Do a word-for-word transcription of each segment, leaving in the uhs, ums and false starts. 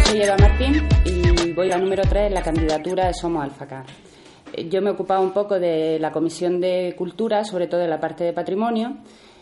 soy Eva Martín y voy a número tres en la candidatura de Somos Alfacar. Yo me he ocupado un poco de la Comisión de Cultura, sobre todo de la parte de patrimonio,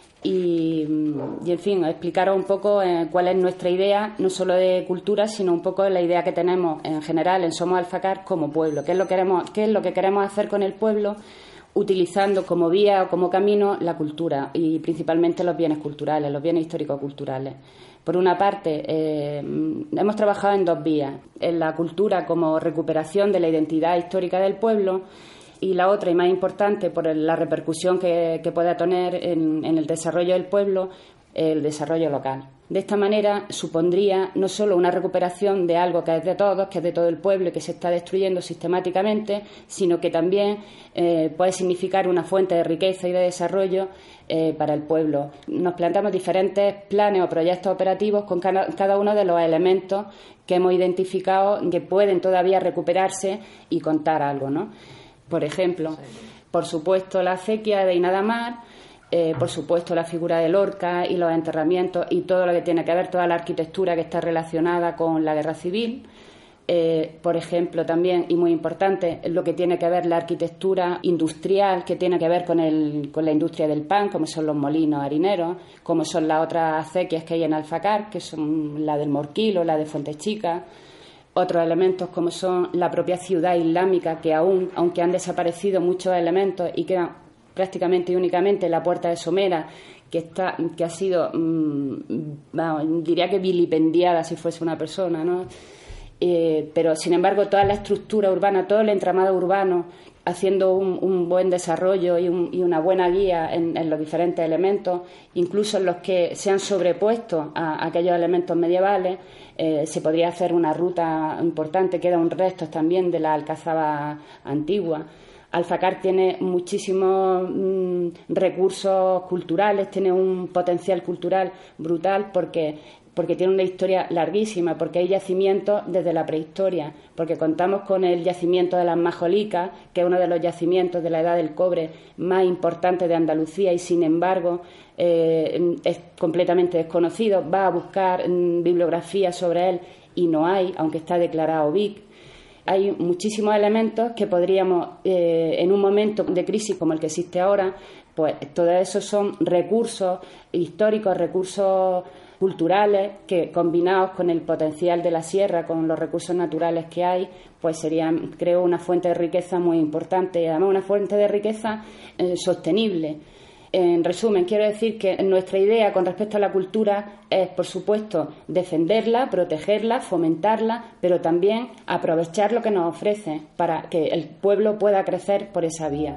y, y en fin, explicaros un poco eh, cuál es nuestra idea, no solo de cultura, sino un poco la idea que tenemos en general en Somos Alfacar como pueblo. ¿Qué es lo que queremos, qué es lo que queremos hacer con el pueblo? Utilizando como vía o como camino la cultura y principalmente los bienes culturales, los bienes histórico-culturales. Por una parte, eh, hemos trabajado en dos vías, en la cultura como recuperación de la identidad histórica del pueblo y la otra, y más importante, por la repercusión que, que pueda tener en, en el desarrollo del pueblo, el desarrollo local. De esta manera supondría no solo una recuperación de algo que es de todos, que es de todo el pueblo y que se está destruyendo sistemáticamente, sino que también eh, puede significar una fuente de riqueza y de desarrollo eh, para el pueblo. Nos planteamos diferentes planes o proyectos operativos con cada, cada uno de los elementos que hemos identificado que pueden todavía recuperarse y contar algo, ¿no? Por ejemplo, por supuesto, la acequia de Inadamar. Eh, por supuesto, la figura de Lorca y los enterramientos y todo lo que tiene que ver, toda la arquitectura que está relacionada con la guerra civil. Eh, por ejemplo, también, y muy importante, lo que tiene que ver la arquitectura industrial, que tiene que ver con, el, con la industria del pan, como son los molinos harineros, como son las otras acequias que hay en Alfacar, que son la del Morquilo, la de Fuentes Chicas. Otros elementos como son la propia ciudad islámica, que aún, aunque han desaparecido muchos elementos y quedan prácticamente y únicamente la Puerta de Somera, que está que ha sido, mmm, vamos, diría que vilipendiada si fuese una persona, ¿no? Eh, pero, sin embargo, toda la estructura urbana, todo el entramado urbano, haciendo un, un buen desarrollo y, un, y una buena guía en, en los diferentes elementos, incluso en los que se han sobrepuesto a, a aquellos elementos medievales, eh, se podría hacer una ruta importante. Quedan restos también de la alcazaba antigua. Alfacar tiene muchísimos mmm, recursos culturales, tiene un potencial cultural brutal porque, porque tiene una historia larguísima, porque hay yacimientos desde la prehistoria, porque contamos con el yacimiento de las Majolicas, que es uno de los yacimientos de la Edad del Cobre más importantes de Andalucía y, sin embargo, eh, es completamente desconocido. Va a buscar mmm, bibliografía sobre él y no hay, aunque está declarado B I C. Hay muchísimos elementos que podríamos, eh, en un momento de crisis como el que existe ahora, pues todos esos son recursos históricos, recursos culturales que, combinados con el potencial de la sierra, con los recursos naturales que hay, pues serían, creo, una fuente de riqueza muy importante y además una fuente de riqueza eh, sostenible. En resumen, quiero decir que nuestra idea con respecto a la cultura es, por supuesto, defenderla, protegerla, fomentarla, pero también aprovechar lo que nos ofrece para que el pueblo pueda crecer por esa vía.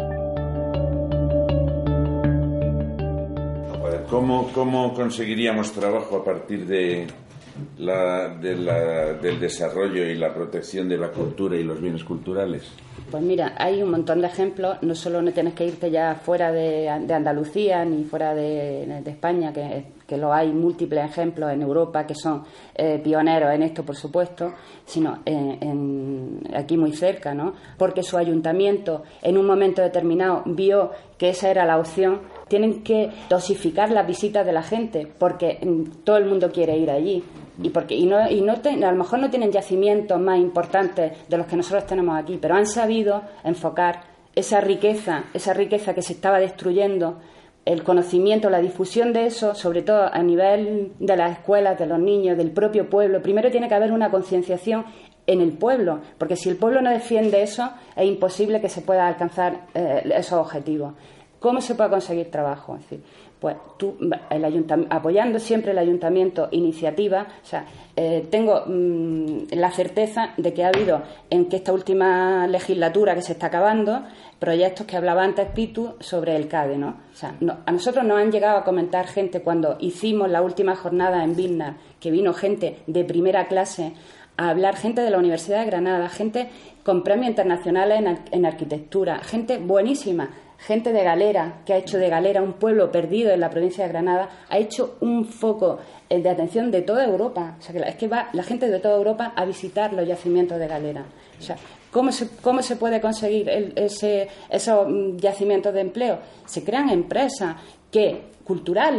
¿Cómo, cómo conseguiríamos trabajo a partir de la, de la, del desarrollo y la protección de la cultura y los bienes culturales? Pues mira, hay un montón de ejemplos. No solo no tienes que irte ya fuera de, de Andalucía ni fuera de, de España, que, que lo hay múltiples ejemplos en Europa que son eh, pioneros en esto, por supuesto, sino en, en, aquí muy cerca, ¿no? Porque su ayuntamiento en un momento determinado vio que esa era la opción. Tienen que dosificar las visitas de la gente porque todo el mundo quiere ir allí. Y porque y no y no te, a lo mejor no tienen yacimientos más importantes de los que nosotros tenemos aquí, pero han sabido enfocar esa riqueza, esa riqueza que se estaba destruyendo, el conocimiento, la difusión de eso, sobre todo a nivel de las escuelas, de los niños, del propio pueblo. Primero tiene que haber una concienciación en el pueblo, porque si el pueblo no defiende eso, es imposible que se pueda alcanzar eh, esos objetivos. ¿Cómo se puede conseguir trabajo? Es decir, pues tú, el ayuntamiento, apoyando siempre el ayuntamiento iniciativa, o sea, eh, tengo mmm, la certeza de que ha habido en que esta última legislatura que se está acabando proyectos que hablaba antes Pitu sobre el CADE, ¿no? O sea, no, a nosotros nos han llegado a comentar gente cuando hicimos la última jornada en Vilna, que vino gente de primera clase a hablar, gente de la Universidad de Granada, gente con premios internacionales en, en arquitectura, gente buenísima. Gente de Galera, que ha hecho de Galera un pueblo perdido en la provincia de Granada, ha hecho un foco de atención de toda Europa. O sea, que es que va la gente de toda Europa a visitar los yacimientos de Galera. O sea, ¿cómo se, cómo se puede conseguir el, ese, esos yacimientos de empleo? Se crean empresas que culturales,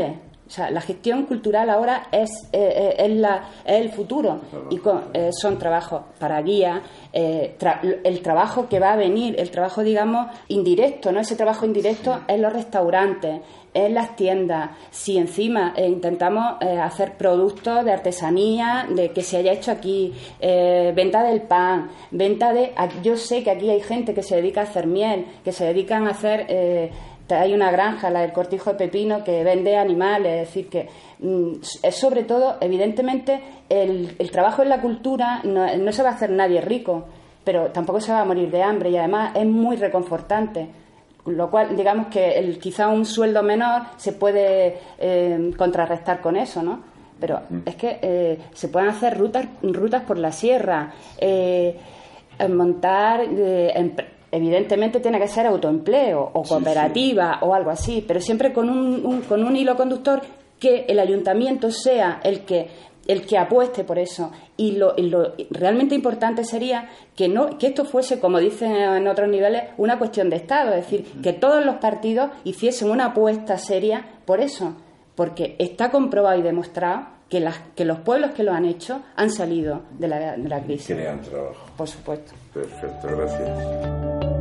O sea, la gestión cultural ahora es, eh, es, la, es el futuro y con, eh, son trabajos para guías, eh, tra el trabajo que va a venir, el trabajo, digamos, indirecto, ¿no? Ese trabajo indirecto sí. en los restaurantes, en las tiendas. Si encima eh, intentamos eh, hacer productos de artesanía, de que se haya hecho aquí, eh, venta del pan, venta de... Yo sé que aquí hay gente que se dedica a hacer miel, que se dedican a hacer... Eh, hay una granja, la del Cortijo de Pepino, que vende animales, es decir, que mm, es sobre todo, evidentemente, el, el trabajo en la cultura no, no se va a hacer nadie rico, pero tampoco se va a morir de hambre y además es muy reconfortante. Lo cual, digamos que el, quizá un sueldo menor se puede eh, contrarrestar con eso, ¿no? Pero es que eh, se pueden hacer rutas, rutas por la sierra, eh, montar... Eh, en, evidentemente tiene que ser autoempleo o cooperativa sí, sí. o algo así, pero siempre con un, un, con un hilo conductor que el ayuntamiento sea el que el que apueste por eso. Y lo, y lo realmente importante sería que no que esto fuese, como dicen en otros niveles, una cuestión de Estado, es decir, que todos los partidos hiciesen una apuesta seria por eso, porque está comprobado y demostrado que, las, que los pueblos que lo han hecho han salido de la, de la crisis. Crean trabajo. Por supuesto. Perfecto, gracias.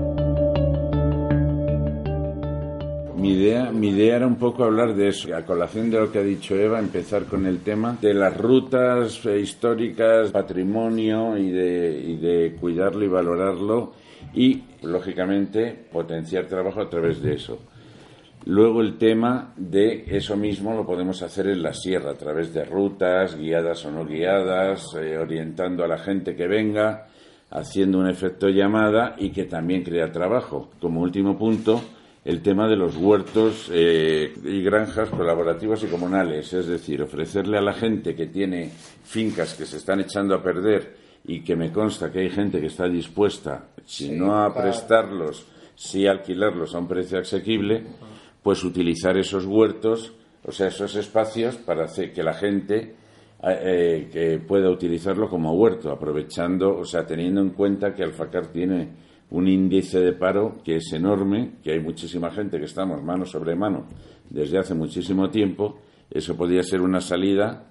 Mi idea, mi idea era un poco hablar de eso, a colación de lo que ha dicho Eva, empezar con el tema de las rutas históricas, patrimonio y de, y de cuidarlo y valorarlo y, lógicamente, potenciar trabajo a través de eso. Luego el tema de eso mismo lo podemos hacer en la sierra, a través de rutas, guiadas o no guiadas, eh, orientando a la gente que venga, haciendo un efecto llamada y que también crea trabajo. Como último punto, el tema de los huertos eh, y granjas colaborativas y comunales, es decir, ofrecerle a la gente que tiene fincas que se están echando a perder y que me consta que hay gente que está dispuesta, si sí, no a claro. prestarlos, sí a alquilarlos a un precio asequible, pues utilizar esos huertos, o sea, esos espacios para hacer que la gente eh, que pueda utilizarlo como huerto, aprovechando, o sea, teniendo en cuenta que Alfacar tiene un índice de paro que es enorme, que hay muchísima gente que estamos mano sobre mano desde hace muchísimo tiempo. Eso podría ser una salida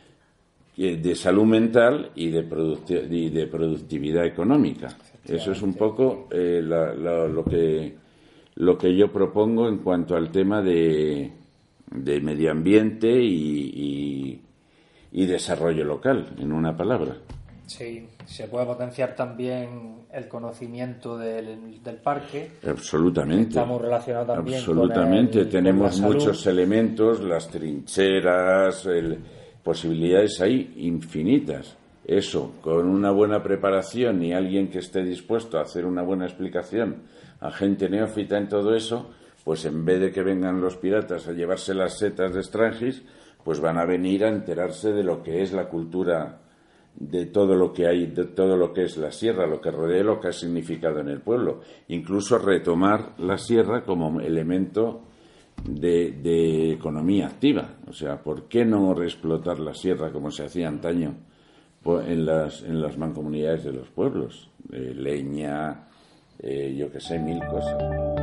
de salud mental y de, producti- y de productividad económica. Eso es un poco eh, la, la, lo que lo que yo propongo en cuanto al tema de, de medio ambiente y, y, y desarrollo local, en una palabra. Sí, se puede potenciar también el conocimiento del, del parque. Absolutamente. Está muy relacionado también Absolutamente. con el, Tenemos con la muchos salud. elementos, las trincheras, el, posibilidades ahí infinitas. Eso, con una buena preparación y alguien que esté dispuesto a hacer una buena explicación a gente neófita en todo eso, pues en vez de que vengan los piratas a llevarse las setas de Strangis, pues van a venir a enterarse de lo que es la cultura, de todo lo que hay, de todo lo que es la sierra, lo que rodea, lo que ha significado en el pueblo. Incluso retomar la sierra como elemento de, de economía activa. O sea, ¿por qué no reexplotar la sierra como se hacía antaño en las, en las mancomunidades de los pueblos? Eh, leña, eh, yo qué sé, mil cosas.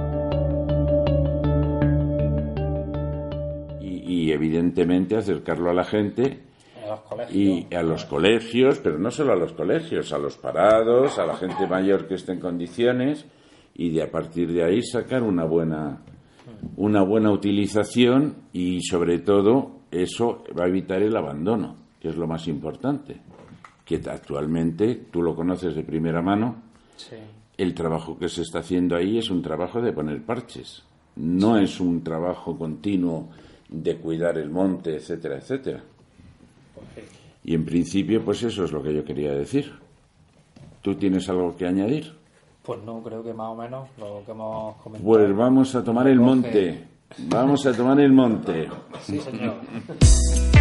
Y, y evidentemente acercarlo a la gente y a los colegios, pero no solo a los colegios, a los parados, a la gente mayor que esté en condiciones, y de a partir de ahí sacar una buena una buena utilización, y sobre todo eso va a evitar el abandono, que es lo más importante, que actualmente tú lo conoces de primera mano. Sí. El trabajo que se está haciendo ahí es un trabajo de poner parches, no sí. es un trabajo continuo de cuidar el monte, etcétera, etcétera. Y en principio, pues eso es lo que yo quería decir. ¿Tú tienes algo que añadir? Pues no, creo que más o menos lo que hemos comentado. Pues vamos a tomar el monte. Vamos a tomar el monte. Sí, señor.